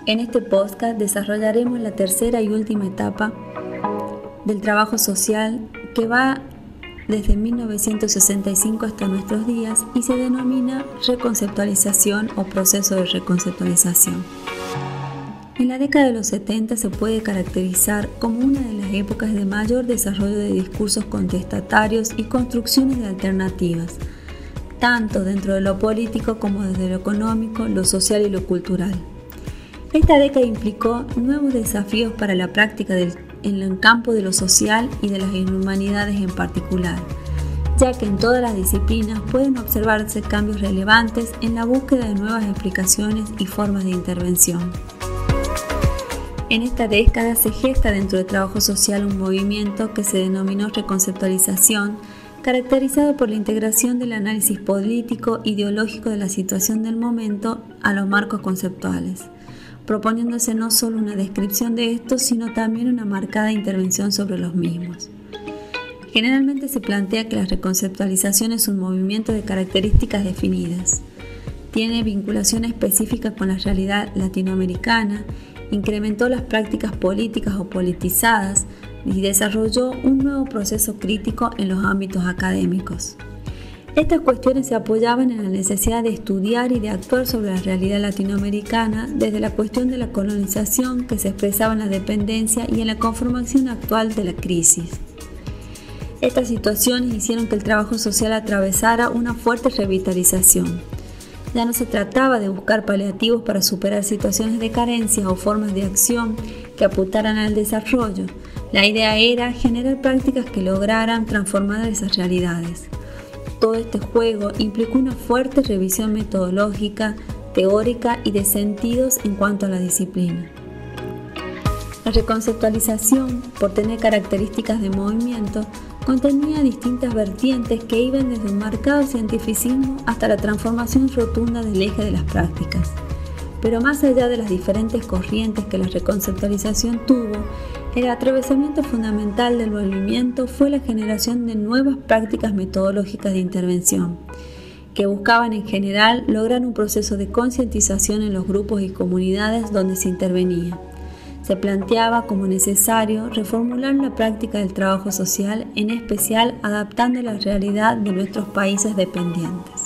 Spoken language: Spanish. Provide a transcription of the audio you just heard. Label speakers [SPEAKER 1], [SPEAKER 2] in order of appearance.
[SPEAKER 1] En este podcast desarrollaremos la tercera y última etapa del trabajo social que va desde 1965 hasta nuestros días y se denomina reconceptualización o proceso de reconceptualización. En la década de los 70 se puede caracterizar como una de las épocas de mayor desarrollo de discursos contestatarios y construcciones de alternativas, tanto dentro de lo político como desde lo económico, lo social y lo cultural. Esta década implicó nuevos desafíos para la práctica en el campo de lo social y de las humanidades en particular, ya que en todas las disciplinas pueden observarse cambios relevantes en la búsqueda de nuevas explicaciones y formas de intervención. En esta década se gesta dentro del trabajo social un movimiento que se denominó reconceptualización, caracterizado por la integración del análisis político ideológico de la situación del momento a los marcos conceptuales, proponiéndose no solo una descripción de estos, sino también una marcada intervención sobre los mismos. Generalmente se plantea que la reconceptualización es un movimiento de características definidas. Tiene vinculación específica con la realidad latinoamericana, incrementó las prácticas políticas o politizadas y desarrolló un nuevo proceso crítico en los ámbitos académicos. Estas cuestiones se apoyaban en la necesidad de estudiar y de actuar sobre la realidad latinoamericana desde la cuestión de la colonización que se expresaba en la dependencia y en la conformación actual de la crisis. Estas situaciones hicieron que el trabajo social atravesara una fuerte revitalización. Ya no se trataba de buscar paliativos para superar situaciones de carencia o formas de acción que apuntaran al desarrollo. La idea era generar prácticas que lograran transformar esas realidades. Todo este juego implicó una fuerte revisión metodológica, teórica y de sentidos en cuanto a la disciplina. La reconceptualización, por tener características de movimiento, contenía distintas vertientes que iban desde un marcado cientificismo hasta la transformación rotunda del eje de las prácticas. Pero más allá de las diferentes corrientes que la reconceptualización tuvo, el atravesamiento fundamental del movimiento fue la generación de nuevas prácticas metodológicas de intervención, que buscaban en general lograr un proceso de concientización en los grupos y comunidades donde se intervenía. Se planteaba como necesario reformular la práctica del trabajo social, en especial adaptando la realidad de nuestros países dependientes.